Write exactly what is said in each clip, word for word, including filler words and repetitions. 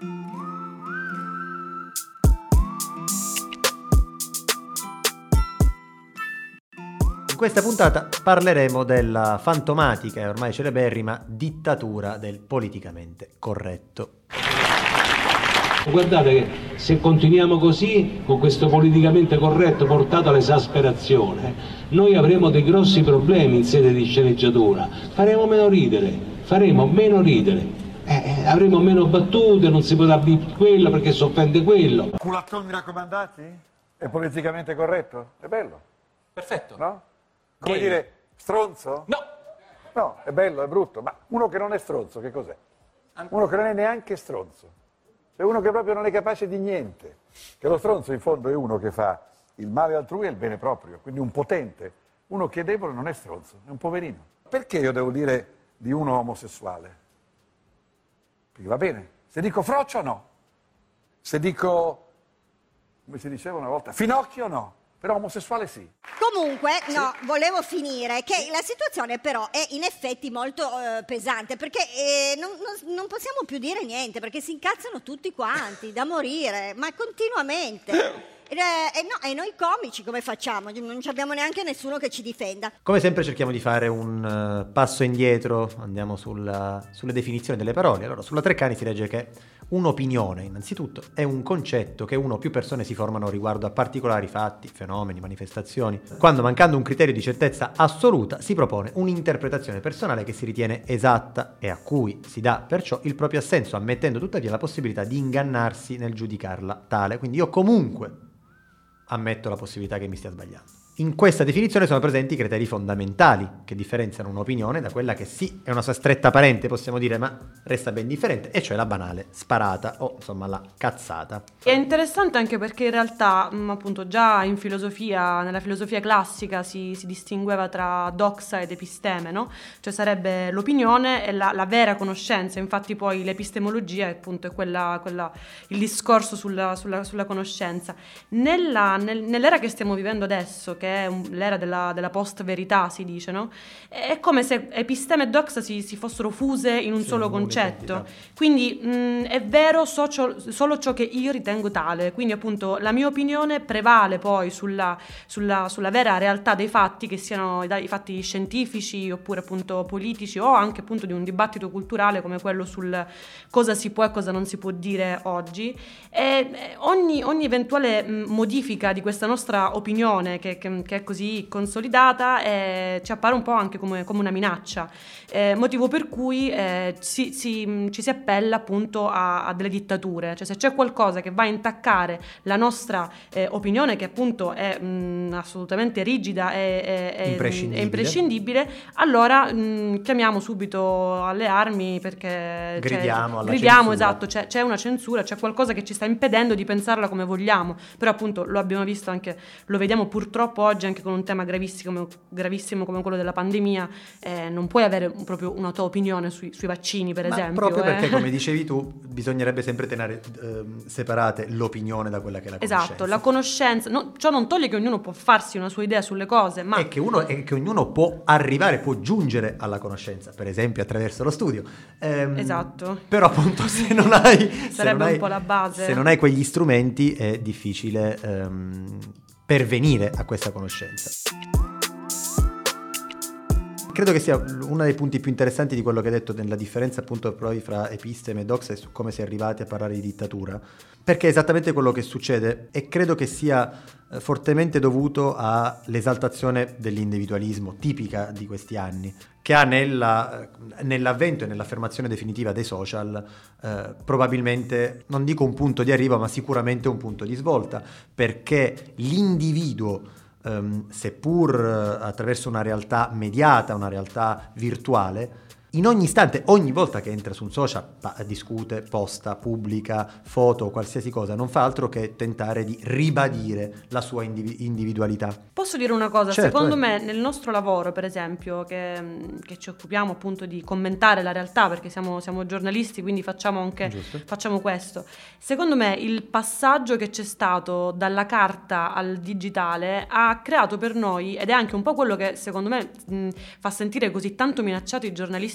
In questa puntata parleremo della fantomatica e ormai celeberrima dittatura del politicamente corretto. Guardate che se continuiamo così, con questo politicamente corretto portato all'esasperazione, noi avremo dei grossi problemi in sede di sceneggiatura. Faremo meno ridere, faremo meno ridere, eh, avremo meno battute, non si potrà dire quello perché si offende quello. Culattoni raccomandati? È politicamente corretto? È bello. Perfetto. No? Come Gay. dire, stronzo? No. No, è bello, è brutto, ma uno che non è stronzo, che cos'è? Uno che non è neanche stronzo. Cioè uno che proprio non è capace di niente. Che lo stronzo in fondo è uno che fa il male altrui e il bene proprio, quindi un potente. Uno che è debole non è stronzo, è un poverino. Perché io devo dire di uno omosessuale? Perché va bene. Se dico froccio, no. Se dico, come si diceva una volta, finocchio, no. Però omosessuale sì. Comunque, no, volevo finire che la situazione però è in effetti molto eh, pesante, perché eh, non, non, non possiamo più dire niente, perché si incazzano tutti quanti, da morire, ma continuamente. E, e, no, e noi comici come facciamo? Non abbiamo neanche nessuno che ci difenda. Come sempre cerchiamo di fare un uh, passo indietro, andiamo sulla, sulle definizioni delle parole. Allora, sulla Treccani si legge che un'opinione, innanzitutto, è un concetto che uno o più persone si formano riguardo a particolari fatti, fenomeni, manifestazioni, quando, mancando un criterio di certezza assoluta, si propone un'interpretazione personale che si ritiene esatta e a cui si dà perciò il proprio assenso, ammettendo tuttavia la possibilità di ingannarsi nel giudicarla tale. Quindi io comunque ammetto la possibilità che mi stia sbagliando. In questa definizione sono presenti i criteri fondamentali che differenziano un'opinione da quella che sì è una sua stretta parente, possiamo dire, ma resta ben differente, e cioè la banale sparata o insomma la cazzata. È interessante anche perché in realtà mh, appunto già in filosofia, nella filosofia classica si, si distingueva tra doxa ed episteme, no? Cioè sarebbe l'opinione e la, la vera conoscenza. Infatti poi l'epistemologia è appunto è quella, quella il discorso sulla, sulla, sulla conoscenza. Nella, nel, nell'era che stiamo vivendo adesso, che è un, l'era della, della post-verità, si dice, no? È come se episteme e doxa si, si fossero fuse in un sì, solo concetto. Identità. Quindi mh, è vero socio, solo ciò che io ritengo tale. Quindi appunto la mia opinione prevale poi sulla, sulla, sulla vera realtà dei fatti, che siano i fatti scientifici oppure appunto politici, o anche appunto di un dibattito culturale come quello sul cosa si può e cosa non si può dire oggi. E ogni, ogni eventuale mh, modifica di questa nostra opinione che, che che è così consolidata eh, ci appare un po' anche come, come una minaccia, eh, motivo per cui eh, si, si, ci si appella appunto a, a delle dittature. Cioè se c'è qualcosa che va a intaccare la nostra eh, opinione, che appunto è mh, assolutamente rigida e, e, imprescindibile. e imprescindibile, allora mh, chiamiamo subito alle armi, perché gridiamo, alla gridiamo censura. Esatto, c'è, c'è una censura, c'è qualcosa che ci sta impedendo di pensarla come vogliamo. Però appunto lo abbiamo visto anche, lo vediamo purtroppo oggi anche con un tema gravissimo, gravissimo come quello della pandemia. Eh, non puoi avere proprio una tua opinione sui, sui vaccini, per Ma esempio. Proprio perché, eh. come dicevi tu, bisognerebbe sempre tenere eh, separate l'opinione da quella che è la conoscenza. Esatto, la conoscenza. No, ciò non toglie che ognuno può farsi una sua idea sulle cose, ma è che, uno, è che ognuno può arrivare, può giungere alla conoscenza, per esempio attraverso lo studio. Ehm, esatto. Però appunto se non hai sarebbe se non hai, un po' la base. Se non hai quegli strumenti è difficile ehm, pervenire a questa conoscenza. Credo che sia uno dei punti più interessanti di quello che hai detto, nella differenza appunto proprio fra episteme e doxa, e su come si è arrivati a parlare di dittatura, perché è esattamente quello che succede, e credo che sia eh, fortemente dovuto all'esaltazione dell'individualismo tipica di questi anni, che ha nella, nell'avvento e nell'affermazione definitiva dei social eh, probabilmente, non dico un punto di arrivo, ma sicuramente un punto di svolta, perché l'individuo, Um, seppur uh, attraverso una realtà mediata, una realtà virtuale, in ogni istante, ogni volta che entra su un social, pa- discute, posta, pubblica, foto, qualsiasi cosa, non fa altro che tentare di ribadire la sua indiv- individualità. Posso dire una cosa? Certo, Secondo eh. me nel nostro lavoro, per esempio, che, che ci occupiamo appunto di commentare la realtà, perché siamo, siamo giornalisti, quindi facciamo anche facciamo questo. Secondo me il passaggio che c'è stato dalla carta al digitale ha creato per noi, ed è anche un po' quello che secondo me mh, fa sentire così tanto minacciati i giornalisti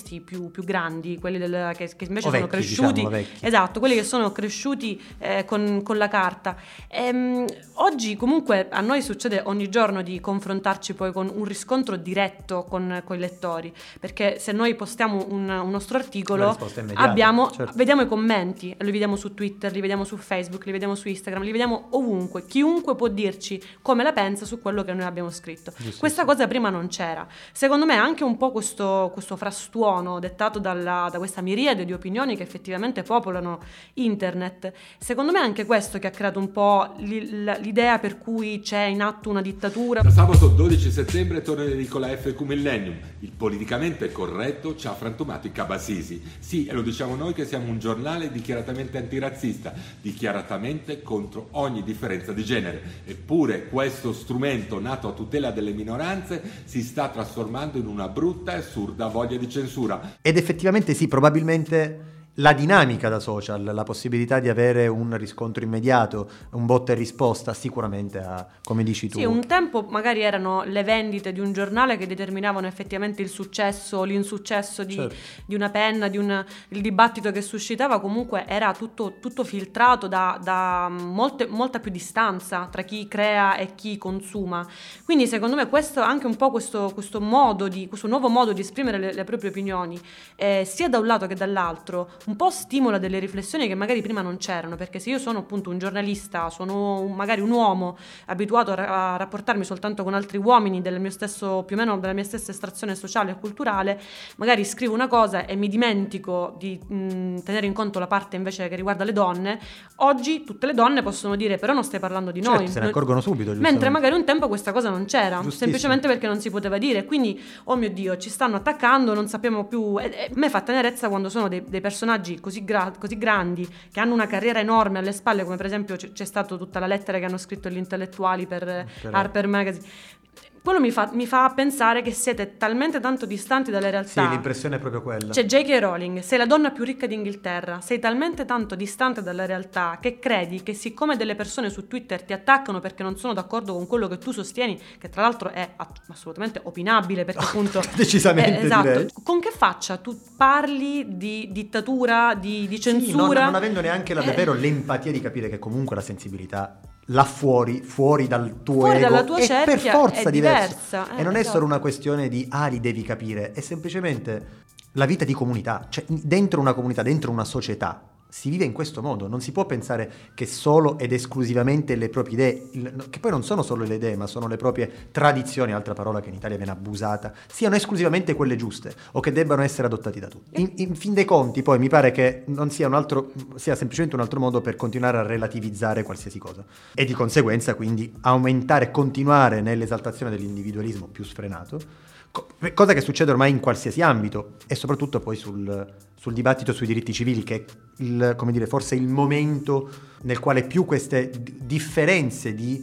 giornalisti più, più grandi, quelli del, che, che invece o sono vecchi, cresciuti, diciamo, vecchi. esatto, quelli che sono cresciuti eh, con, con la carta. Ehm, oggi comunque a noi succede ogni giorno di confrontarci poi con un riscontro diretto con, con i lettori, perché se noi postiamo un, un nostro articolo abbiamo, certo. vediamo i commenti, li vediamo su Twitter, li vediamo su Facebook, li vediamo su Instagram, li vediamo ovunque, chiunque può dirci come la pensa su quello che noi abbiamo scritto. Questa cosa prima non c'era. Secondo me anche un po' questo, questo frastuono dettato dalla, da questa miriade di opinioni che effettivamente popolano internet, secondo me è anche questo che ha creato un po' l'idea per cui c'è in atto una dittatura. Da sabato dodici settembre torna in edicola F Q Millennium. Il politicamente corretto ci ha frantumato i cabasisi. Sì, e lo diciamo noi che siamo un giornale dichiaratamente antirazzista, dichiaratamente contro ogni differenza di genere. Eppure questo strumento nato a tutela delle minoranze si sta trasformando in una brutta e assurda voglia di censura. Ed effettivamente sì, probabilmente la dinamica da social, la possibilità di avere un riscontro immediato, un botta e risposta, sicuramente ha, come dici tu. Sì, un tempo magari erano le vendite di un giornale che determinavano effettivamente il successo o l'insuccesso di, certo. di una penna, di un, il dibattito che suscitava, comunque era tutto, tutto filtrato da, da molte, molta più distanza tra chi crea e chi consuma. Quindi secondo me questo, anche un po' questo, questo modo di, questo nuovo modo di esprimere le, le proprie opinioni, eh, sia da un lato che dall'altro, un po' stimola delle riflessioni che magari prima non c'erano, perché se io sono appunto un giornalista, sono un, magari un uomo abituato a, a rapportarmi soltanto con altri uomini del mio stesso, più o meno della mia stessa estrazione sociale e culturale, magari scrivo una cosa e mi dimentico di mh, tenere in conto la parte invece che riguarda le donne. Oggi tutte le donne possono dire però non stai parlando di certo, noi, se ne accorgono subito, mentre magari un tempo questa cosa non c'era, Giustissimo. semplicemente perché non si poteva dire. Quindi oh mio Dio, ci stanno attaccando, non sappiamo più. E, e, a me fa tenerezza quando sono dei, dei personaggi così, gra- così grandi, che hanno una carriera enorme alle spalle, come per esempio c- c'è stata tutta la lettera che hanno scritto gli intellettuali per, per Harper Magazine. Quello mi fa, mi fa pensare che siete talmente tanto distanti dalle realtà. Sì, l'impressione è proprio quella. C'è J K Rowling, sei la donna più ricca d'Inghilterra, sei talmente tanto distante dalla realtà che credi che siccome delle persone su Twitter ti attaccano perché non sono d'accordo con quello che tu sostieni, che tra l'altro è assolutamente opinabile, perché appunto decisamente eh, esatto, direi. Con che faccia tu parli di dittatura, di, di censura, sì, non, non avendo neanche la, davvero eh. l'empatia di capire che comunque la sensibilità là fuori, fuori dal tuo fuori ego, dalla tua è per forza è diversa. Eh, e non è esatto. solo una questione di ah li devi capire, è semplicemente la vita di comunità, cioè dentro una comunità, dentro una società si vive in questo modo, non si può pensare che solo ed esclusivamente le proprie idee, il, che poi non sono solo le idee ma sono le proprie tradizioni, altra parola che in Italia viene abusata, siano esclusivamente quelle giuste o che debbano essere adottate da tutti. In, in fin dei conti poi mi pare che non sia un altro, sia semplicemente un altro modo per continuare a relativizzare qualsiasi cosa e di conseguenza quindi aumentare e continuare nell'esaltazione dell'individualismo più sfrenato, cosa che succede ormai in qualsiasi ambito e soprattutto poi sul, sul dibattito sui diritti civili, che è il, come dire, forse il momento nel quale più queste d- differenze di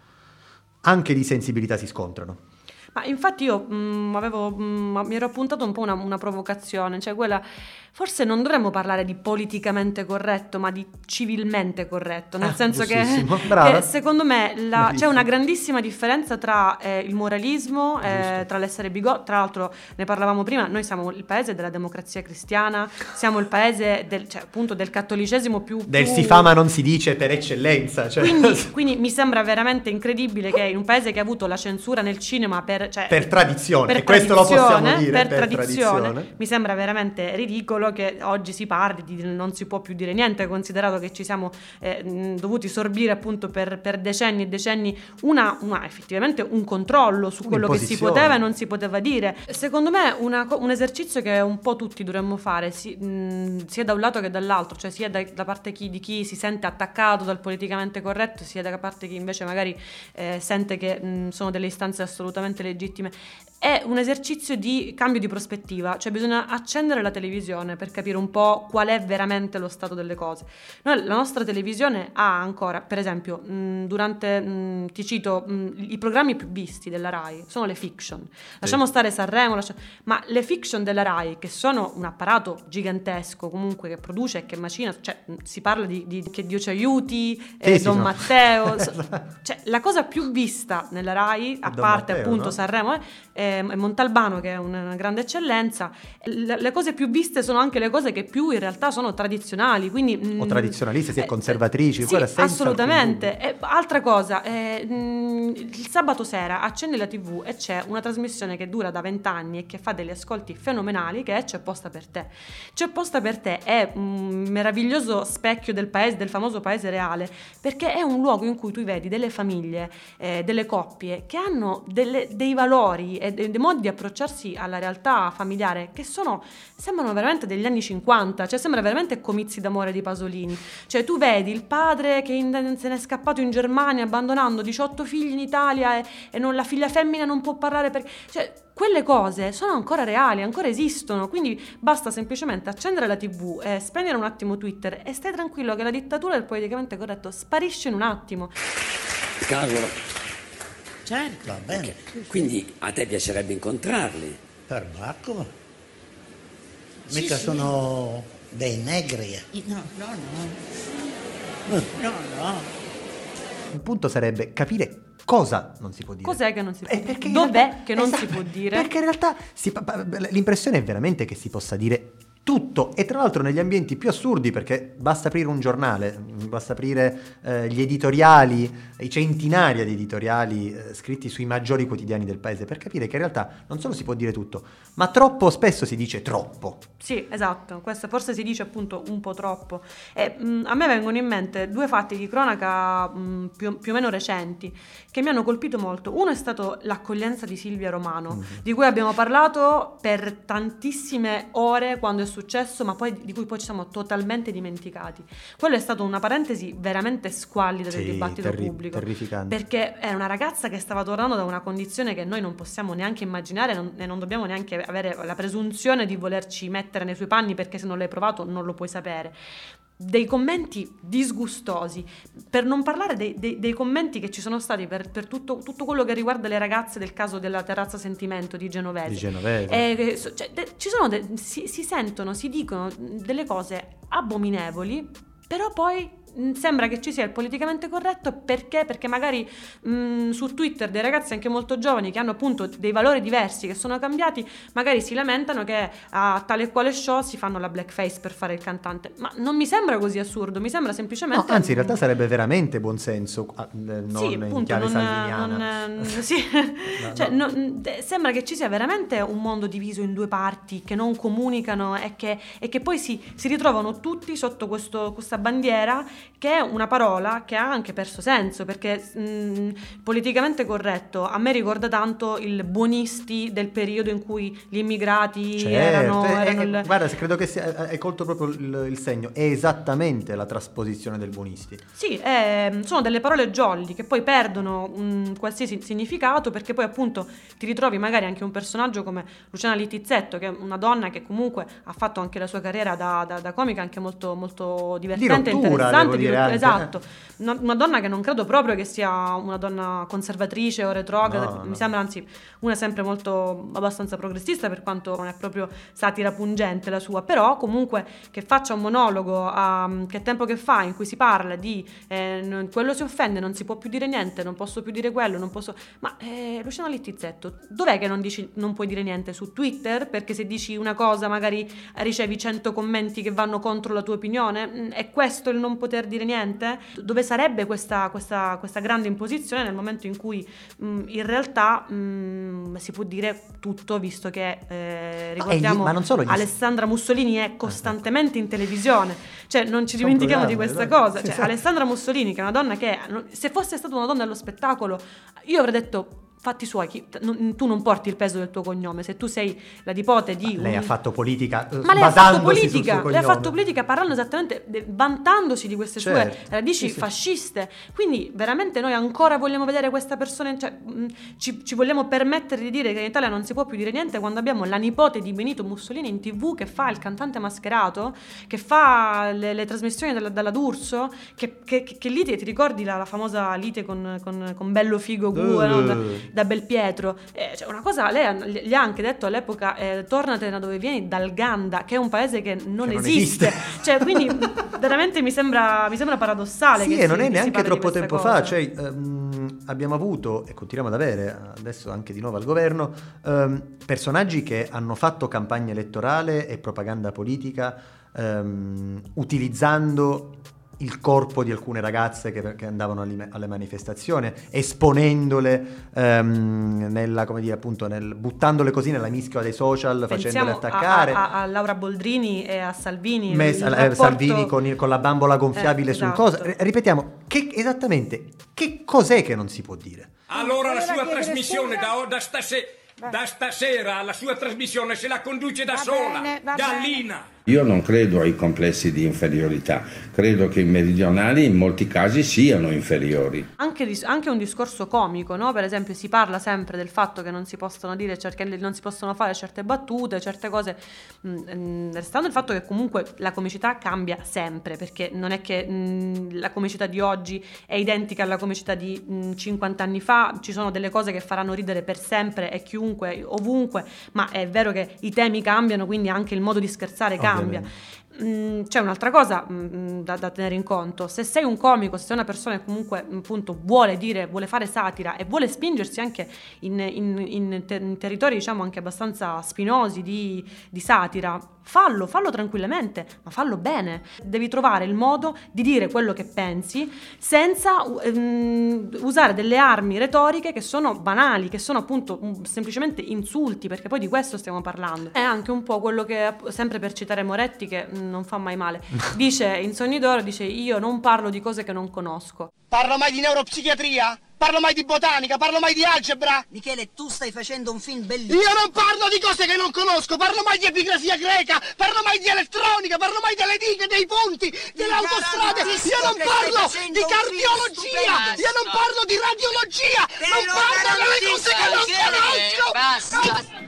anche di sensibilità si scontrano. Ma infatti io mh, avevo, mh, mi ero appuntato un po' una, una provocazione, cioè quella, forse non dovremmo parlare di politicamente corretto, ma di civilmente corretto, nel ah, senso che, che secondo me la, c'è una grandissima differenza tra eh, il moralismo, eh, tra l'essere bigotti. Tra l'altro ne parlavamo prima, noi siamo il paese della democrazia cristiana, siamo il paese del, cioè, appunto del cattolicesimo più, del più... si fa ma non si dice per eccellenza, cioè. quindi, quindi mi sembra veramente incredibile che in un paese che ha avuto la censura nel cinema per Cioè, per tradizione, per e questo lo possiamo dire, per, per tradizione, tradizione. Mi sembra veramente ridicolo che oggi si parli di non si può più dire niente, considerato che ci siamo eh, dovuti sorbire appunto per, per decenni e decenni una, una effettivamente un controllo su quello che si poteva e non si poteva dire. Secondo me una, un esercizio che un po' tutti dovremmo fare, si, mh, sia da un lato che dall'altro, cioè sia da, da parte chi, di chi si sente attaccato dal politicamente corretto, sia da parte chi invece magari eh, sente che mh, sono delle istanze assolutamente legittime. È un esercizio di cambio di prospettiva, cioè bisogna accendere la televisione per capire un po' qual è veramente lo stato delle cose. Noi, la nostra televisione ha ancora, per esempio, mh, durante, mh, ti cito, mh, i programmi più visti della Rai sono le fiction. Lasciamo sì. stare Sanremo, lascia... ma le fiction della Rai, che sono un apparato gigantesco comunque che produce e che macina, cioè si parla di, di che Dio ci aiuti, sì, eh, sì, Don no. Matteo, so, cioè la cosa più vista nella Rai, a Don parte Matteo, appunto no? Sanremo, eh, e Montalbano, che è una grande eccellenza. Le, le cose più viste sono anche le cose che più in realtà sono tradizionali, quindi o tradizionaliste, sì, eh, conservatrici, sì, assolutamente. E, altra cosa, eh, mh, il sabato sera accendi la tivù e c'è una trasmissione che dura da vent'anni e che fa degli ascolti fenomenali, che è C'è posta per te. C'è posta per te è un meraviglioso specchio del paese, del famoso paese reale, perché è un luogo in cui tu vedi delle famiglie, eh, delle coppie che hanno delle, dei valori e dei, dei modi di approcciarsi alla realtà familiare che sono, sembrano veramente degli anni cinquanta, cioè sembra veramente Comizi d'amore di Pasolini. Cioè tu vedi il padre che in, se n'è scappato in Germania abbandonando diciotto figli in Italia e, e non, la figlia femmina non può parlare perché... Cioè, quelle cose sono ancora reali, ancora esistono, quindi basta semplicemente accendere la tivù e spegnere un attimo Twitter e stai tranquillo che la dittatura del politicamente corretto sparisce in un attimo. Cavolo. Certo. Va bene. Okay. Quindi a te piacerebbe incontrarli? Per Bacco? Sì, Mica sì. sono dei negri. No, no, no. No, no. Il punto sarebbe capire cosa non si può dire. Cos'è che non si può Eh, dire? perché in Dov'è realtà- che non esatto, si può dire? Perché in realtà si pa- pa- l'impressione è veramente che si possa dire tutto, e tra l'altro negli ambienti più assurdi, perché basta aprire un giornale, basta aprire eh, gli editoriali, i centinaia di editoriali eh, scritti sui maggiori quotidiani del paese, per capire che in realtà non solo si può dire tutto, ma troppo spesso si dice troppo. Sì, esatto, questo forse si dice appunto un po' troppo. E, mh, a me vengono in mente due fatti di cronaca mh, più, più o meno recenti che mi hanno colpito molto. Uno è stato l'accoglienza di Silvia Romano, Mm. di cui abbiamo parlato per tantissime ore quando è successo, ma poi di cui poi ci siamo totalmente dimenticati. Quello è stato una parentesi veramente squallida del Sì, dibattito terri- pubblico, terrificante. perché è una ragazza che stava tornando da una condizione che noi non possiamo neanche immaginare non- e non dobbiamo neanche avere la presunzione di volerci mettere nei suoi panni, perché se non l'hai provato non lo puoi sapere. Dei commenti disgustosi, per non parlare dei, dei- dei commenti che ci sono stati per, per tutto, tutto quello che riguarda le ragazze del caso della terrazza sentimento di Genovese. Di Genovese. Eh, che so- cioè, de- ci sono de- si, si sentono, si dicono delle cose abominevoli, però poi mh, sembra che ci sia il politicamente corretto. Perché? Perché magari mh, su Twitter dei ragazzi anche molto giovani che hanno appunto dei valori diversi, che sono cambiati, magari si lamentano che a tale e quale show si fanno la blackface per fare il cantante. Ma non mi sembra così assurdo, mi sembra No, semplicemente... anzi, in realtà sarebbe veramente buonsenso, ah, eh, non Sì, in appunto, chiave non, salviniana. non- sì. No, Cioè, no. non- de- sembra che ci sia veramente un mondo diviso in due parti che non comunicano e che, e che poi si, si ritrovano tutti sotto questo- questa bandiera, che è una parola che ha anche perso senso, perché mh, politicamente corretto a me ricorda tanto il buonisti del periodo in cui gli immigrati Certo, erano, eh, erano eh, il- guarda, se credo che sia, hai colto proprio il, il segno, è esattamente la trasposizione del buonisti. Sì, eh, sono delle parole jolly che poi perdono un qualsiasi significato, perché poi appunto ti ritrovi magari anche un personaggio come Luciana Littizzetto, che è una donna che comunque ha fatto anche la sua carriera da, da, da comica anche molto, molto divertente e rottura, interessante. devo di dire rottura, anche, esatto. Una, una donna che non credo proprio che sia una donna conservatrice o retrograda, No, mi no. sembra anzi una sempre molto abbastanza progressista, per quanto non è proprio satira pungente la sua, però comunque che faccia un monologo a che tempo che fa in cui si parla di eh, non- quello si offende, non si può più dire niente, non posso più dire quello, non posso... Ma eh, Luciano Littizzetto, dov'è che non dici non puoi dire niente su Twitter? Perché se dici una cosa magari ricevi cento commenti che vanno contro la tua opinione? Mm, È questo il non poter dire niente? Dove sarebbe questa, questa, questa grande imposizione nel momento in cui mm, in realtà mm, si può dire tutto, visto che eh, ricordiamo ma non solo gli- Alessandra Mussolini è costantemente in televisione, cioè non ci C'è un dimentichiamo di programma, questa no? cosa, Sì, cioè sì. Alessandra Mussolini, che è una donna che non- se fosse stata una donna dello spettacolo io avrei detto fatti suoi, chi- non- tu non porti il peso del tuo cognome, se tu sei la nipote di Lei un- ha fatto politica eh, ma lei ha fatto basandosi sul politica, suo lei ha cognome. fatto politica parlando esattamente, de- vantandosi di queste sue Certo, radici sì, sì. fasciste. Quindi veramente noi ancora vogliamo vedere questa persona, cioè, mh, ci, ci vogliamo permettere di dire che in Italia non si può più dire niente quando abbiamo la nipote di Benito Mussolini in tv che fa il cantante mascherato, che fa le, le trasmissioni dalla, dalla D'Urso, che, che, che, che lite, ti ricordi la, la famosa lite con, con, con Bello Figo Gu, Uh, no? da Belpietro, eh, cioè una cosa, lei gli ha anche detto all'epoca eh, tornatene da dove vieni, dal Ganda, che è un paese che non, che non esiste, esiste. Cioè quindi veramente mi sembra, mi sembra paradossale. Sì, che e non si, è neanche troppo di tempo cosa. fa, cioè ehm, abbiamo avuto e continuiamo ad avere adesso anche di nuovo al governo ehm, personaggi che hanno fatto campagna elettorale e propaganda politica ehm, utilizzando il corpo di alcune ragazze che, che andavano alle, alle manifestazioni, esponendole ehm, nella, come dire, appunto, nel, buttandole così nella mischia dei social, Pensiamo facendole attaccare. A, a, a Laura Boldrini e a Salvini. Mes- il eh, rapporto... Salvini con, il, con la bambola gonfiabile eh, sul esatto. coso. R- ripetiamo, che, esattamente, che cos'è che non si può dire? Allora la sua trasmissione da, da, stase- da stasera, la sua trasmissione se la conduce da Va sola, bene, va Gallina. Io non credo ai complessi di inferiorità, credo che i meridionali in molti casi siano inferiori. Anche, dis- anche un discorso comico, no? Per esempio si parla sempre del fatto che non si possono dire, cioè, che non si possono fare certe battute, certe cose, mh, restando il fatto che comunque la comicità cambia sempre, perché non è che mh, la comicità di oggi è identica alla comicità di mh, cinquanta anni fa, ci sono delle cose che faranno ridere per sempre e chiunque, ovunque, ma è vero che i temi cambiano, quindi anche il modo di scherzare cambia. Mm, c'è un'altra cosa mm, da, da tenere in conto: se sei un comico, se sei una persona che comunque appunto vuole dire, vuole fare satira e vuole spingersi anche in, in, in, te- in territori diciamo anche abbastanza spinosi di, di satira, fallo, fallo tranquillamente, ma fallo bene. Devi trovare il modo di dire quello che pensi senza um, usare delle armi retoriche che sono banali, che sono appunto um, semplicemente insulti, perché poi di questo stiamo parlando. È anche un po' quello che, sempre per citare Moretti, che um, non fa mai male, dice in Sogni d'Oro, dice: io non parlo di cose che non conosco. Parlo mai di neuropsichiatria? Parlo mai di botanica? Parlo mai di algebra? Michele, tu stai facendo un film bellissimo. Io non parlo di cose che non conosco, parlo mai di epigrafia greca, parlo mai di elettronica, parlo mai delle dighe, dei ponti, delle autostrade. Io non parlo di cardiologia, io non parlo di radiologia, non parlo delle cose che non conosco. Basta.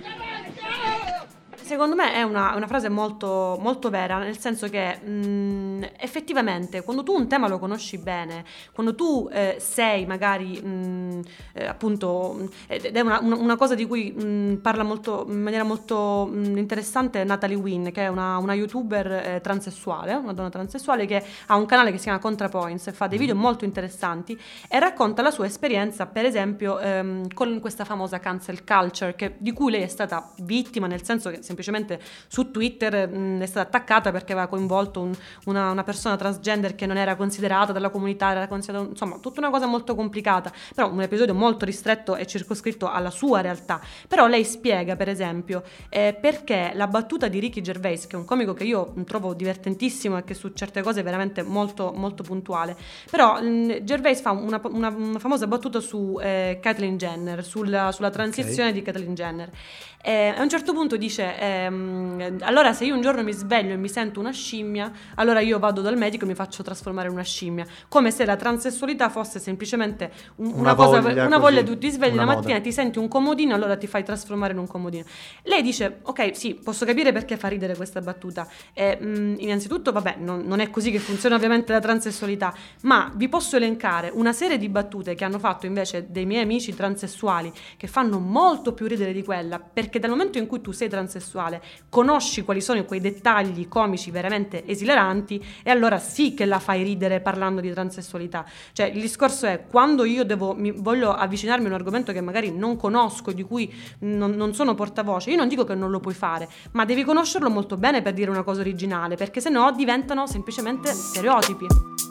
Secondo me è una, una frase molto, molto vera, nel senso che mh, effettivamente quando tu un tema lo conosci bene, quando tu eh, sei magari mh, eh, appunto, ed è una, una, una cosa di cui mh, parla molto, in maniera molto mh, interessante Natalie Wynn, che è una, una youtuber eh, transessuale, una donna transessuale che ha un canale che si chiama ContraPoints e fa dei video molto interessanti e racconta la sua esperienza, per esempio ehm, con questa famosa cancel culture, che, di cui lei è stata vittima, nel senso che semplicemente su Twitter mh, è stata attaccata perché aveva coinvolto un, una, una persona transgender che non era considerata dalla comunità, era considerata, insomma, tutta una cosa molto complicata, però un episodio molto ristretto e circoscritto alla sua realtà. Però lei spiega, per esempio, eh, perché la battuta di Ricky Gervais, che è un comico che io trovo divertentissimo e che su certe cose è veramente molto, molto puntuale, però mh, Gervais fa una, una, una famosa battuta su eh, Caitlyn Jenner, sulla, sulla transizione okay. di Caitlyn Jenner. Eh, a un certo punto dice ehm, allora se io un giorno mi sveglio e mi sento una scimmia, allora io vado dal medico e mi faccio trasformare in una scimmia, come se la transessualità fosse semplicemente un, una, una cosa, voglia, una voglia, tu ti svegli la mattina, moda. Ti senti un comodino, allora ti fai trasformare in un comodino. Lei dice ok, sì, posso capire perché fa ridere questa battuta, eh, mh, innanzitutto vabbè non, non è così che funziona ovviamente la transessualità, ma vi posso elencare una serie di battute che hanno fatto invece dei miei amici transessuali che fanno molto più ridere di quella, perché Perché dal momento in cui tu sei transessuale conosci quali sono quei dettagli comici veramente esilaranti e allora sì che la fai ridere parlando di transessualità. Cioè il discorso è, quando io devo mi voglio avvicinarmi a un argomento che magari non conosco, di cui non, non sono portavoce, io non dico che non lo puoi fare, ma devi conoscerlo molto bene per dire una cosa originale, perché sennò diventano semplicemente stereotipi.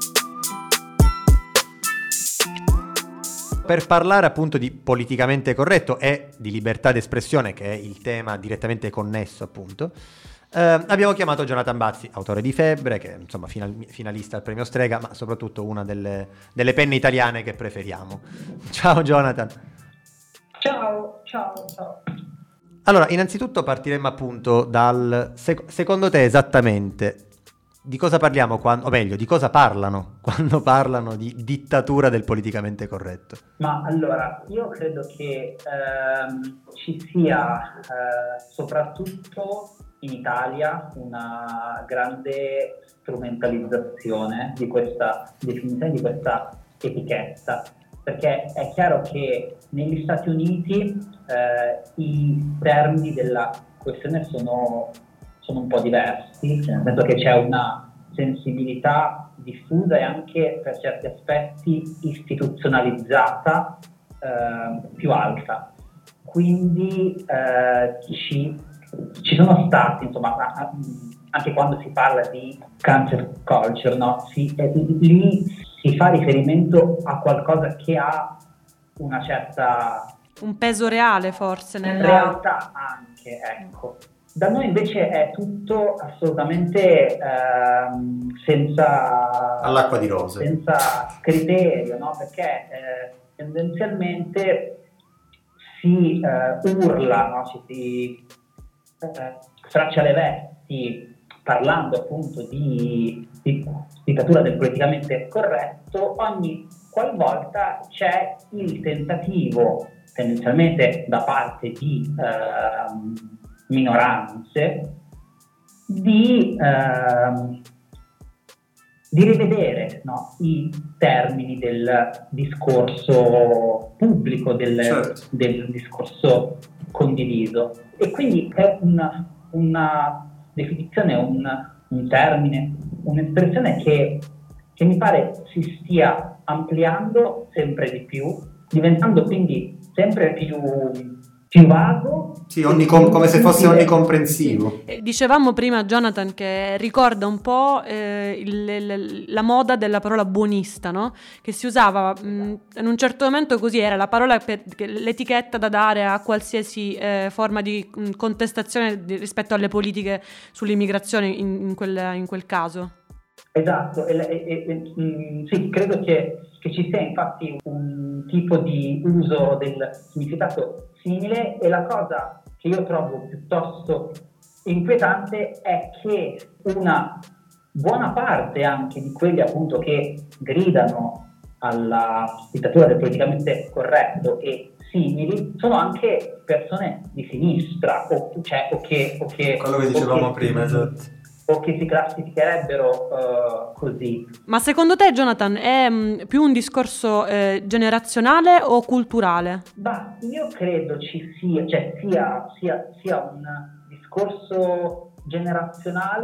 Per parlare appunto di politicamente corretto e di libertà d'espressione, che è il tema direttamente connesso appunto, eh, abbiamo chiamato Jonathan Bazzi, autore di Febbre, che è insomma final, finalista al premio Strega, ma soprattutto una delle, delle penne italiane che preferiamo. Ciao Jonathan. Ciao, ciao, ciao. Allora, innanzitutto partiremmo appunto dal, sec- secondo te esattamente, di cosa parliamo quando, o meglio, di cosa parlano quando parlano di dittatura del politicamente corretto? Ma allora, io credo che ehm, ci sia eh, soprattutto in Italia una grande strumentalizzazione di questa definizione, di questa etichetta. perché è chiaro che negli Stati Uniti eh, i termini della questione sono, sono un po' diversi, nel senso che c'è una sensibilità diffusa e anche per certi aspetti istituzionalizzata eh, più alta. Quindi eh, ci, ci sono stati, insomma, anche quando si parla di cancel culture, no? si, eh, lì si fa riferimento a qualcosa che ha una certa... un peso reale forse nella realtà anche, ecco. Da noi invece è tutto assolutamente ehm, senza all'acqua di rose, senza criterio, no? Perché eh, tendenzialmente si eh, urla, no? Ci si eh, straccia le vesti parlando appunto di, di dittatura del politicamente corretto ogni qualvolta c'è il tentativo, tendenzialmente da parte di eh, minoranze, di, eh, di rivedere, no, i termini del discorso pubblico, del, certo. del discorso condiviso. E quindi è una, una definizione, un, un termine, un'espressione che, che mi pare si stia ampliando sempre di più, diventando quindi sempre più... più vago, sì, onnicom- come se fosse onnicomprensivo. Eh, dicevamo prima, Jonathan, che ricorda un po' eh, il, il, la moda della parola buonista, no? Che si usava mh, in un certo momento, così era la parola per, l'etichetta da dare a qualsiasi eh, forma di mh, contestazione di, rispetto alle politiche sull'immigrazione in, in, quel, in quel caso. Esatto, e, e, e, mh, sì, credo che, che ci sia infatti un tipo di uso del significato simile, e la cosa che io trovo piuttosto inquietante è che una buona parte anche di quelli appunto che gridano alla dittatura del politicamente corretto e simili sono anche persone di sinistra o, cioè, o che, o che quello che dicevamo o che, prima, esatto, o che si classificherebbero uh, così. Ma secondo te, Jonathan, è mh, più un discorso eh, generazionale o culturale? Bah, io credo ci sia, cioè sia, sia, sia un discorso generazionale,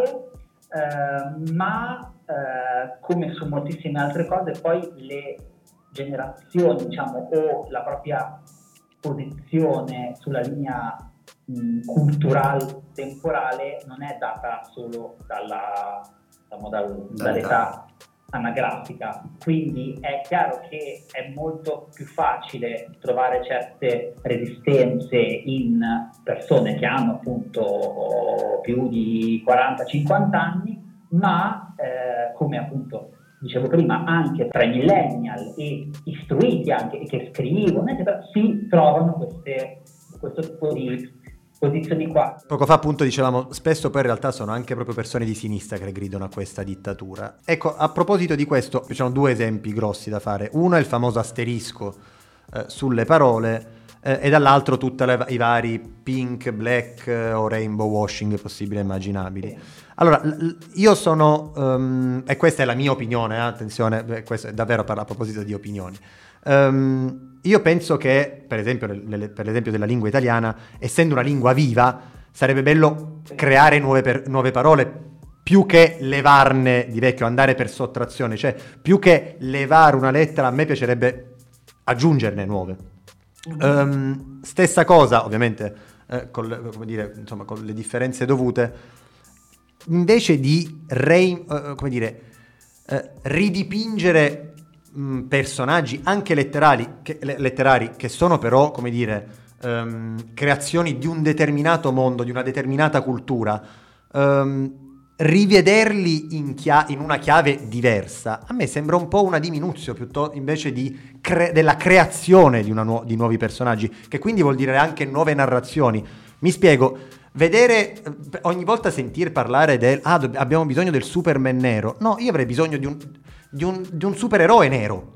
eh, ma eh, come su moltissime altre cose poi le generazioni, diciamo, o la propria posizione sulla linea culturale temporale non è data solo dalla, diciamo, dal, dall'età anagrafica, quindi è chiaro che è molto più facile trovare certe resistenze in persone che hanno appunto più di quaranta cinquanta anni, ma eh, come appunto dicevo prima, anche tra i millennial e istruiti anche, e che scrivono, eccetera, si trovano queste, questo tipo di posizioni qua. Poco fa appunto dicevamo, spesso poi in realtà sono anche proprio persone di sinistra che gridano a questa dittatura. Ecco, a proposito di questo, ci sono due esempi grossi da fare. Uno è il famoso asterisco eh, sulle parole eh, e dall'altro tutti i vari pink, black eh, o rainbow washing possibili e immaginabili. Allora, l- io sono, um, e questa è la mia opinione, eh, attenzione, questo è davvero per, a proposito di opinioni. Um, io penso che, per esempio, nel, per l'esempio della lingua italiana, essendo una lingua viva, sarebbe bello creare nuove, per, nuove parole, più che levarne di vecchio, andare per sottrazione, cioè più che levare una lettera, a me piacerebbe aggiungerne nuove. Um, stessa cosa, ovviamente, eh, con, come dire, insomma, con le differenze dovute, invece di re, uh, come dire, uh, ridipingere personaggi anche letterali che, letterari che sono però, come dire, um, creazioni di un determinato mondo, di una determinata cultura, um, rivederli in, chia- in una chiave diversa a me sembra un po' una diminuzione piuttosto invece di cre- della creazione di, una nu- di nuovi personaggi, che quindi vuol dire anche nuove narrazioni. Mi spiego, vedere ogni volta sentir parlare del ah do- abbiamo bisogno del Superman nero, no, io avrei bisogno di un Di un, di un supereroe nero,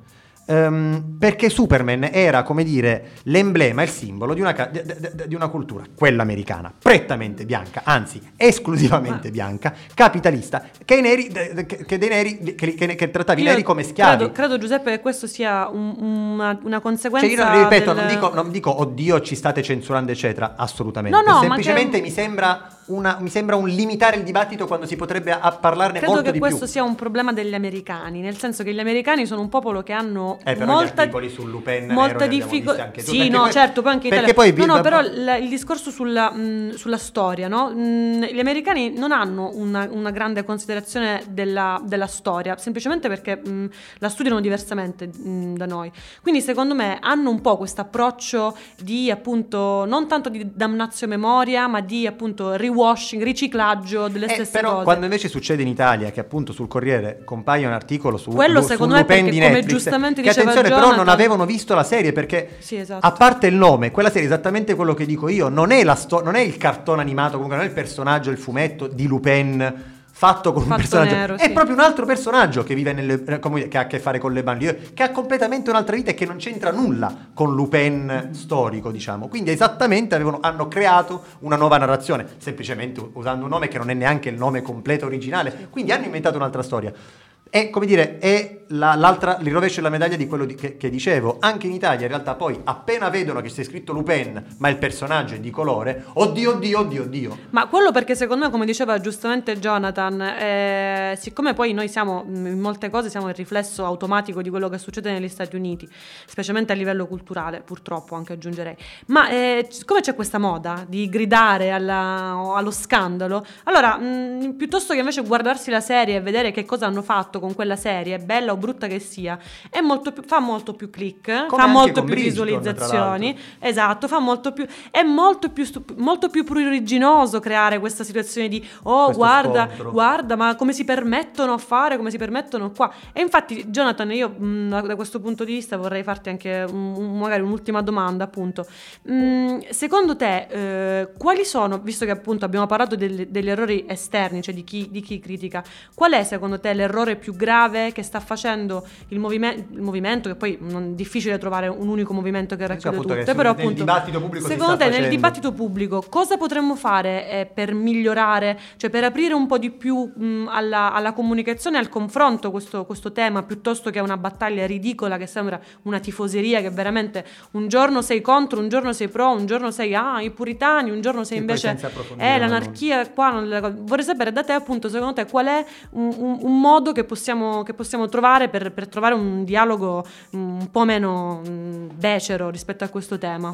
Um, perché Superman era, come dire, l'emblema, il simbolo di una, ca- di, di, di una cultura, quella americana, prettamente bianca, anzi esclusivamente Ma... bianca, capitalista, che, i neri, de, che, che dei neri che, che, che trattava i neri come schiavi. Credo, credo Giuseppe che questo sia un, una, una conseguenza. Cioè io non, ripeto, del... non, dico, non dico oddio ci state censurando eccetera, assolutamente. No, no, semplicemente che... mi sembra una, mi sembra un limitare il dibattito quando si potrebbe a parlarne credo molto di più. Credo che questo sia un problema degli americani, nel senso che gli americani sono un popolo che hanno Eh, però molta, gli articoli su Lupin molta difficoltà. Sì, no, poi, certo, poi anche in Italia. Poi, no, no, però la, il discorso sulla, mh, sulla storia, no? Mh, gli americani non hanno una, una grande considerazione della, della storia, semplicemente perché mh, la studiano diversamente mh, da noi. Quindi, secondo me, hanno un po' questo approccio di appunto non tanto di damnatio memoria, ma di appunto rewashing, riciclaggio delle eh, stesse però, cose. Quando invece succede in Italia, che appunto sul Corriere compaia un articolo su quello, su, secondo su me, Lupin perché, di come Netflix, giustamente che diceva attenzione, Jonathan, però non avevano visto la serie, perché sì, esatto. a parte il nome, quella serie è esattamente quello che dico io, non è, la sto- non è il cartone animato, comunque non è il personaggio, il fumetto di Lupin fatto con fatto un personaggio, nero, è sì. proprio un altro personaggio che vive nelle, come, che ha a che fare con le banlieue, che ha completamente un'altra vita e che non c'entra nulla con Lupin storico, diciamo. Quindi esattamente avevano, hanno creato una nuova narrazione, semplicemente usando un nome che non è neanche il nome completo originale, quindi hanno inventato un'altra storia. È, come dire, è la, l'altra, il rovescio della medaglia di quello di, che, che dicevo. Anche in Italia, in realtà, poi, appena vedono che c'è scritto Lupin, ma il personaggio è di colore, oddio, oddio, oddio, oddio. Ma quello perché, secondo me, come diceva giustamente Jonathan, eh, siccome poi noi siamo, in molte cose, siamo il riflesso automatico di quello che succede negli Stati Uniti, specialmente a livello culturale, purtroppo, anche aggiungerei. Ma eh, siccome c'è questa moda di gridare alla, allo scandalo, allora, mh, piuttosto che invece guardarsi la serie e vedere che cosa hanno fatto con quella serie, bella o brutta che sia, è molto più, fa molto più click, come fa molto più Bridgeton, visualizzazioni, esatto, fa molto più, è molto più stup- molto più pruriginoso creare questa situazione di oh questo guarda, scontro. guarda, ma come si permettono a fare, come si permettono qua. E infatti Jonathan, io mh, da questo punto di vista vorrei farti anche un, magari un'ultima domanda, appunto. Mh, secondo te eh, quali sono, visto che appunto abbiamo parlato del, degli errori esterni, cioè di chi, di chi critica, qual è secondo te l'errore più grave che sta facendo il, movime- il movimento, che poi non è difficile trovare un unico movimento che racchiude appunto tutte, che però nel appunto dibattito pubblico secondo si sta te facendo. nel dibattito pubblico cosa potremmo fare eh, per migliorare, cioè per aprire un po' di più mh, alla, alla comunicazione e al confronto questo, questo tema, piuttosto che a una battaglia ridicola che sembra una tifoseria, che veramente un giorno sei contro, un giorno sei pro, un giorno sei ah i puritani, un giorno sei e invece è eh, l'anarchia qua non... Vorrei sapere da te appunto, secondo te qual è un, un, un modo che possiamo che possiamo trovare per, per trovare un dialogo un po' meno mh, becero rispetto a questo tema?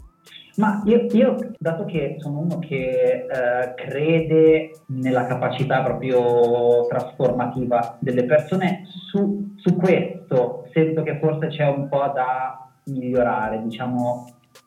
Ma io, io dato che sono uno che eh, crede nella capacità proprio trasformativa delle persone, su, su questo sento che forse c'è un po' da migliorare, diciamo,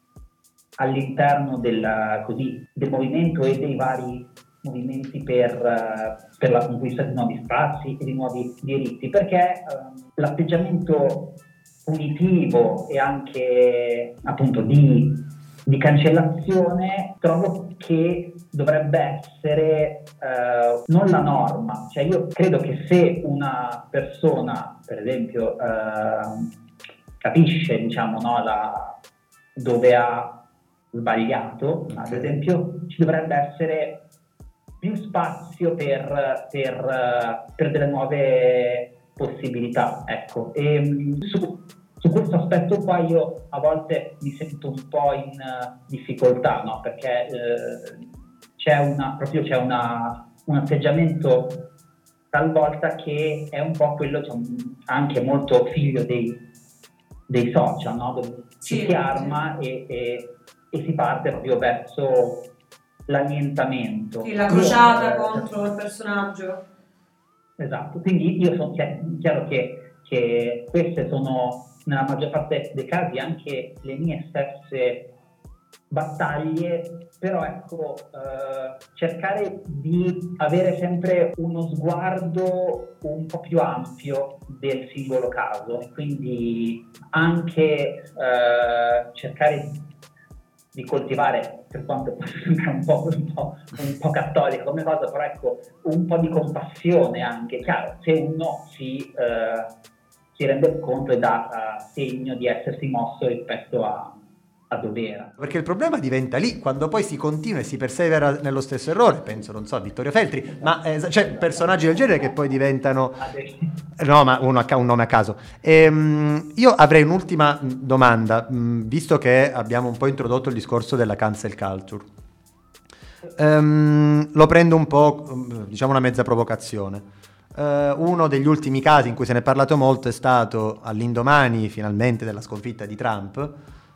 all'interno del, così, del movimento e dei vari movimenti per, per la conquista di nuovi spazi e di nuovi diritti, perché eh, l'atteggiamento punitivo e anche appunto di, di cancellazione trovo che dovrebbe essere eh, non la norma. Cioè io credo che se una persona, per esempio, eh, capisce, diciamo, no, la, dove ha sbagliato, ad esempio, ci dovrebbe essere più spazio per, per, per delle nuove possibilità, ecco. E su, su questo aspetto qua io a volte mi sento un po' in difficoltà, no? Perché eh, c'è una, proprio c'è una, un atteggiamento talvolta che è un po' quello, cioè, anche molto figlio dei, dei social, no? Dove ci sì, si arma sì. e, e, e si parte proprio verso l'annientamento. Sì, la crociata io, contro il personaggio. Esatto, quindi io sono chiaro che, che queste sono nella maggior parte dei casi anche le mie stesse battaglie, però ecco, eh, cercare di avere sempre uno sguardo un po' più ampio del singolo caso e quindi anche eh, cercare di coltivare, per quanto sembra un po', un po', un po' cattolica come cosa, però ecco, un po' di compassione anche. Chiaro, se uno si, eh, si rende conto e dà uh, segno di essersi mosso rispetto a, a dovere. Perché il problema diventa lì, quando poi si continua e si persevera nello stesso errore, penso, non so, a Vittorio Feltri, ma eh, cioè personaggi del genere che poi diventano... No, ma uno a, un nome a caso. Ehm, io avrei un'ultima domanda, mh, visto che abbiamo un po' introdotto il discorso della cancel culture. Ehm, lo prendo un po', diciamo, una mezza provocazione. Uh, uno degli ultimi casi in cui se ne è parlato molto è stato all'indomani finalmente della sconfitta di Trump.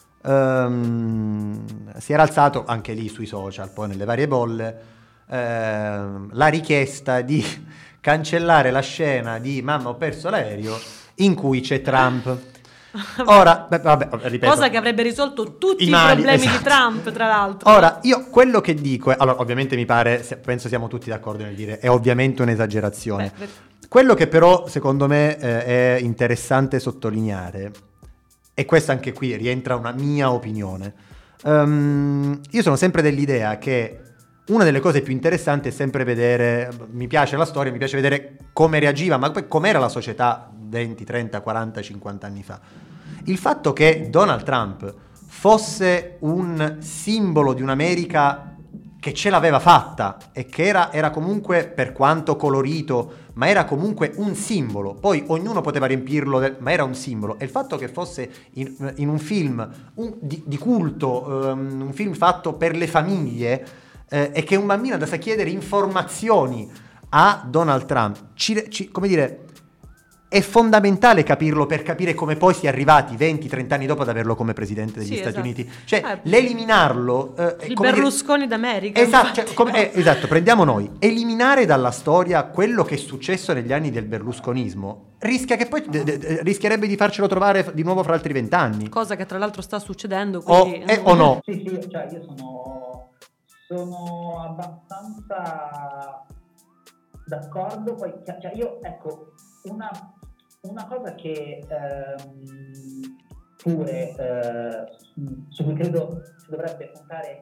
Um, si era alzato anche lì sui social, poi nelle varie bolle, uh, la richiesta di cancellare la scena di Mamma ho perso l'aereo in cui c'è Trump. Ora, beh, vabbè, ripeto, cosa che avrebbe risolto tutti i, i mali, problemi esatto. di Trump, tra l'altro. Ora, io quello che dico è, allora, ovviamente mi pare, penso siamo tutti d'accordo nel dire, è ovviamente un'esagerazione. Beh, quello che però, secondo me, eh, è interessante sottolineare, e questa anche qui rientra una mia opinione, um, io sono sempre dell'idea che una delle cose più interessanti è sempre vedere, mi piace la storia, mi piace vedere come reagiva, ma poi com'era la società venti, trenta, quaranta, cinquanta anni fa. Il fatto che Donald Trump fosse un simbolo di un'America che ce l'aveva fatta e che era, era comunque, per quanto colorito, ma era comunque un simbolo. Poi ognuno poteva riempirlo, del, ma era un simbolo. E il fatto che fosse in, in un film un, di, di culto, um, un film fatto per le famiglie, eh, e che un bambino andasse a chiedere informazioni a Donald Trump, ci, ci, come dire... È fondamentale capirlo per capire come poi si è arrivati venti trenta anni dopo ad averlo come presidente degli sì, Stati esatto. Uniti. Cioè, eh, l'eliminarlo... Eh, il come Berlusconi dire... d'America. Esatto, cioè, come, eh, esatto, prendiamo noi. Eliminare dalla storia quello che è successo negli anni del berlusconismo rischia che poi de- de- rischierebbe di farcelo trovare di nuovo fra altri vent'anni. Cosa che tra l'altro sta succedendo. O, quindi... eh, o no? Sì, sì, cioè io sono, sono abbastanza d'accordo. Poi, cioè io, ecco, una... Una cosa che ehm, pure eh, su cui credo si dovrebbe puntare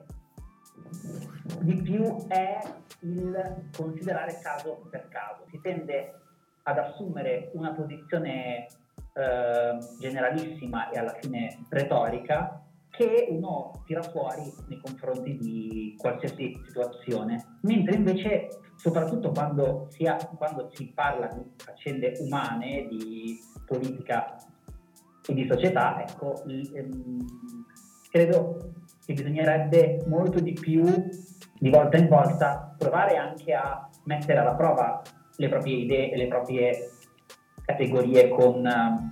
di più è il considerare caso per caso. Si tende ad assumere una posizione eh, generalissima e alla fine retorica che uno tira fuori nei confronti di qualsiasi situazione, mentre invece, soprattutto quando si, ha, quando si parla di faccende umane, di politica e di società, ecco, ehm, credo che bisognerebbe molto di più, di volta in volta, provare anche a mettere alla prova le proprie idee e le proprie categorie con...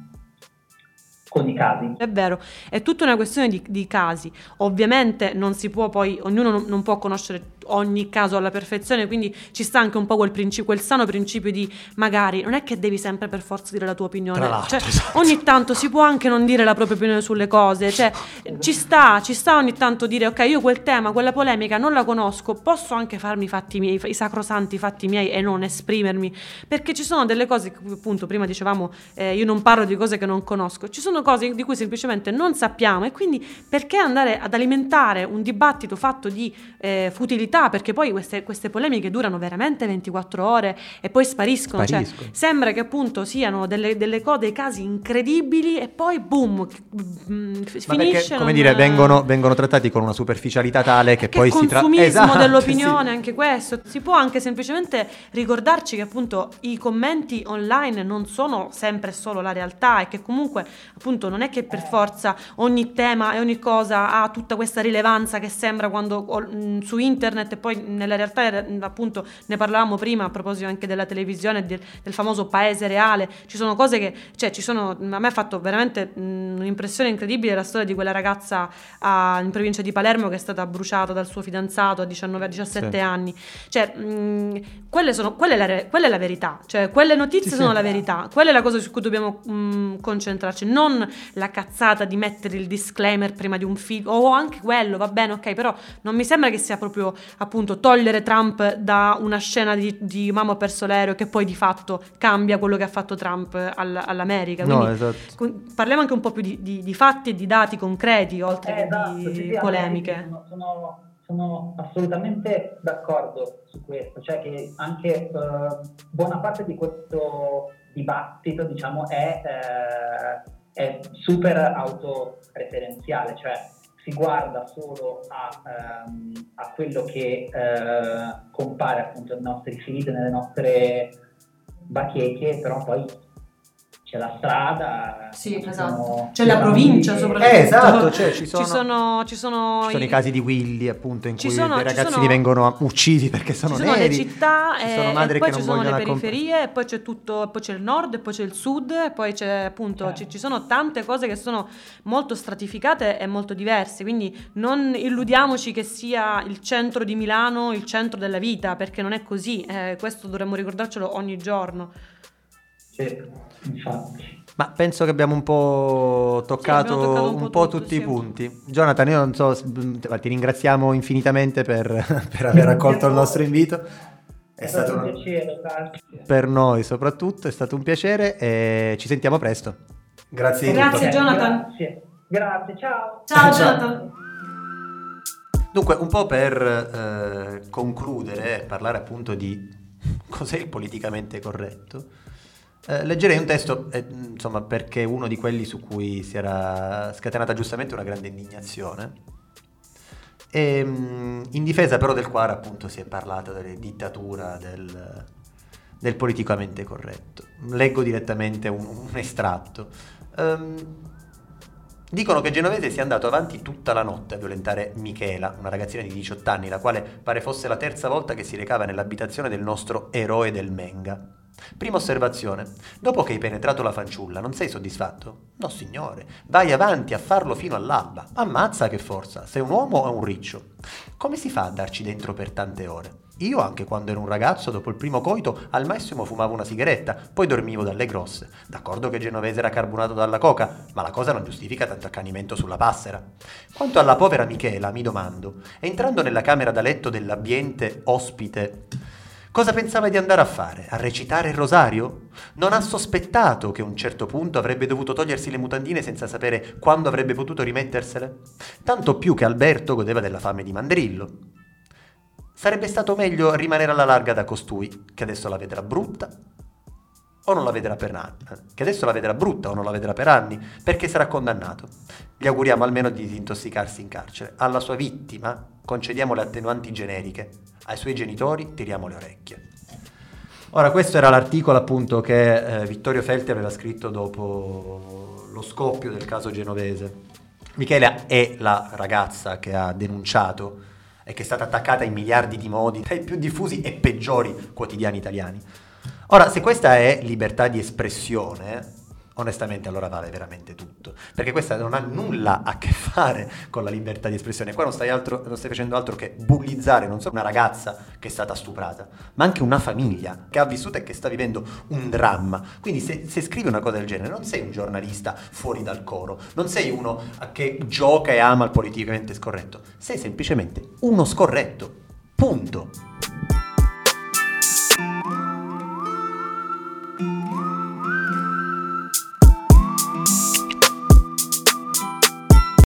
con i casi. È vero, è tutta una questione di, di casi. Ovviamente non si può poi, ognuno non, non può conoscere ogni caso alla perfezione, quindi ci sta anche un po' quel principio, quel sano principio di magari non è che devi sempre per forza dire la tua opinione, cioè, esatto. Ogni tanto si può anche non dire la propria opinione sulle cose, cioè ci sta, ci sta ogni tanto dire ok, io quel tema, quella polemica non la conosco, posso anche farmi i fatti miei, i sacrosanti fatti miei e non esprimermi, perché ci sono delle cose che appunto prima dicevamo, eh, io non parlo di cose che non conosco, ci sono cose di cui semplicemente non sappiamo e quindi perché andare ad alimentare un dibattito fatto di eh, futilità, perché poi queste, queste polemiche durano veramente ventiquattro ore e poi spariscono, Sparisco. Cioè sembra che appunto siano delle, delle cose, dei casi incredibili e poi boom, finisce. Ma perché, come non... dire, vengono, vengono trattati con una superficialità tale che, che poi si tratta... consumismo esatto, dell'opinione, sì. Anche questo. Si può anche semplicemente ricordarci che appunto i commenti online non sono sempre solo la realtà e che comunque appunto non è che per forza ogni tema e ogni cosa ha tutta questa rilevanza che sembra quando mh, su internet, e poi nella realtà appunto ne parlavamo prima a proposito anche della televisione, del, del famoso paese reale. Ci sono cose che, cioè ci sono, a me ha fatto veramente mh, un'impressione incredibile la storia di quella ragazza a, in provincia di Palermo che è stata bruciata dal suo fidanzato a diciannove diciassette sì. anni, cioè mh, quelle sono, quella è, la, quella è la verità, cioè quelle notizie sì, sono sì. la verità, quella è la cosa su cui dobbiamo mh, concentrarci, non la cazzata di mettere il disclaimer prima di un film, o anche quello va bene, ok, però non mi sembra che sia proprio appunto togliere Trump da una scena di, di Mamma ho perso l'aereo che poi di fatto cambia quello che ha fatto Trump all, all'America. Quindi no, esatto. con, parliamo anche un po' più di, di, di fatti e di dati concreti oltre eh, che esatto, di sì, sì, polemiche. Sono, sono, sono assolutamente d'accordo su questo, cioè che anche eh, buona parte di questo dibattito, diciamo, è, eh, è super autoreferenziale, cioè si guarda solo a, ehm, a quello che eh, compare appunto nei nostri feed, nelle nostre bacheche, però poi c'è la strada, sì, ci esatto. sono- C'è la provincia soprattutto. Eh, esatto, cioè, ci sono- ci sono, ci sono, Ci sono i casi di Willy, appunto, in Ci cui sono- i ci ragazzini sono- vengono uccisi perché sono ci sono neri. le città ci e, sono e madri poi che ci non sono le vogliono accomp- periferie e poi c'è tutto, poi c'è il nord e poi c'è il sud e poi c'è appunto ci, ci sono tante cose che sono molto stratificate e molto diverse, quindi non illudiamoci che sia il centro di Milano il centro della vita, perché non è così, eh, questo dovremmo ricordarcelo ogni giorno. Sì, infatti. Ma penso che abbiamo un po' toccato, abbiamo toccato un un po', po' tutto, tutti sì. i punti. Jonathan, io non so, s- ti ringraziamo infinitamente per, per aver accolto il nostro invito. È È stato stato un una- piacere, grazie. per noi soprattutto, è stato un piacere e ci sentiamo presto. Grazie di Grazie, tutto. Jonathan. Grazie, grazie, ciao. Ciao, Ciao. Jonathan. Dunque, un po' per eh, concludere e parlare appunto di cos'è il politicamente corretto, eh, leggerei un testo, eh, insomma, perché è uno di quelli su cui si era scatenata giustamente una grande indignazione, e, mh, in difesa però del quale appunto si è parlato della dittatura del, del politicamente corretto. Leggo direttamente un, un estratto. Ehm, Dicono che Genovese sia andato avanti tutta la notte a violentare Michela, una ragazzina di diciotto anni, la quale pare fosse la terza volta che si recava nell'abitazione del nostro eroe del Menga. Prima osservazione: dopo che hai penetrato la fanciulla, non sei soddisfatto? No, signore, vai avanti a farlo fino all'alba. Ammazza che forza, sei un uomo o un riccio? Come si fa a darci dentro per tante ore? Io, anche quando ero un ragazzo, dopo il primo coito, al massimo fumavo una sigaretta, poi dormivo dalle grosse. D'accordo che Genovese era carbonato dalla coca, ma la cosa non giustifica tanto accanimento sulla passera. Quanto alla povera Michela, mi domando, entrando nella camera da letto dell'ambiente ospite, cosa pensava di andare a fare? A recitare il rosario? Non ha sospettato che a un certo punto avrebbe dovuto togliersi le mutandine senza sapere quando avrebbe potuto rimettersele? Tanto più che Alberto godeva della fame di mandrillo. Sarebbe stato meglio rimanere alla larga da costui, che adesso la vedrà brutta o non la vedrà per anni, che adesso la vedrà brutta o non la vedrà per anni, perché sarà condannato. Gli auguriamo almeno di disintossicarsi in carcere. Alla sua vittima concediamo le attenuanti generiche, ai suoi genitori tiriamo le orecchie. Ora, questo era l'articolo appunto che eh, Vittorio Felti aveva scritto dopo lo scoppio del caso Genovese. Michela è la ragazza che ha denunciato e che è stata attaccata in miliardi di modi dai più diffusi e peggiori quotidiani italiani. Ora, se questa è libertà di espressione, onestamente allora vale veramente tutto, perché questa non ha nulla a che fare con la libertà di espressione. Qua non stai, altro, non stai facendo altro che bullizzare non solo una ragazza che è stata stuprata, ma anche una famiglia che ha vissuto e che sta vivendo un dramma. Quindi se, se scrivi una cosa del genere non sei un giornalista fuori dal coro, non sei uno che gioca e ama il politicamente scorretto, sei semplicemente uno scorretto, punto.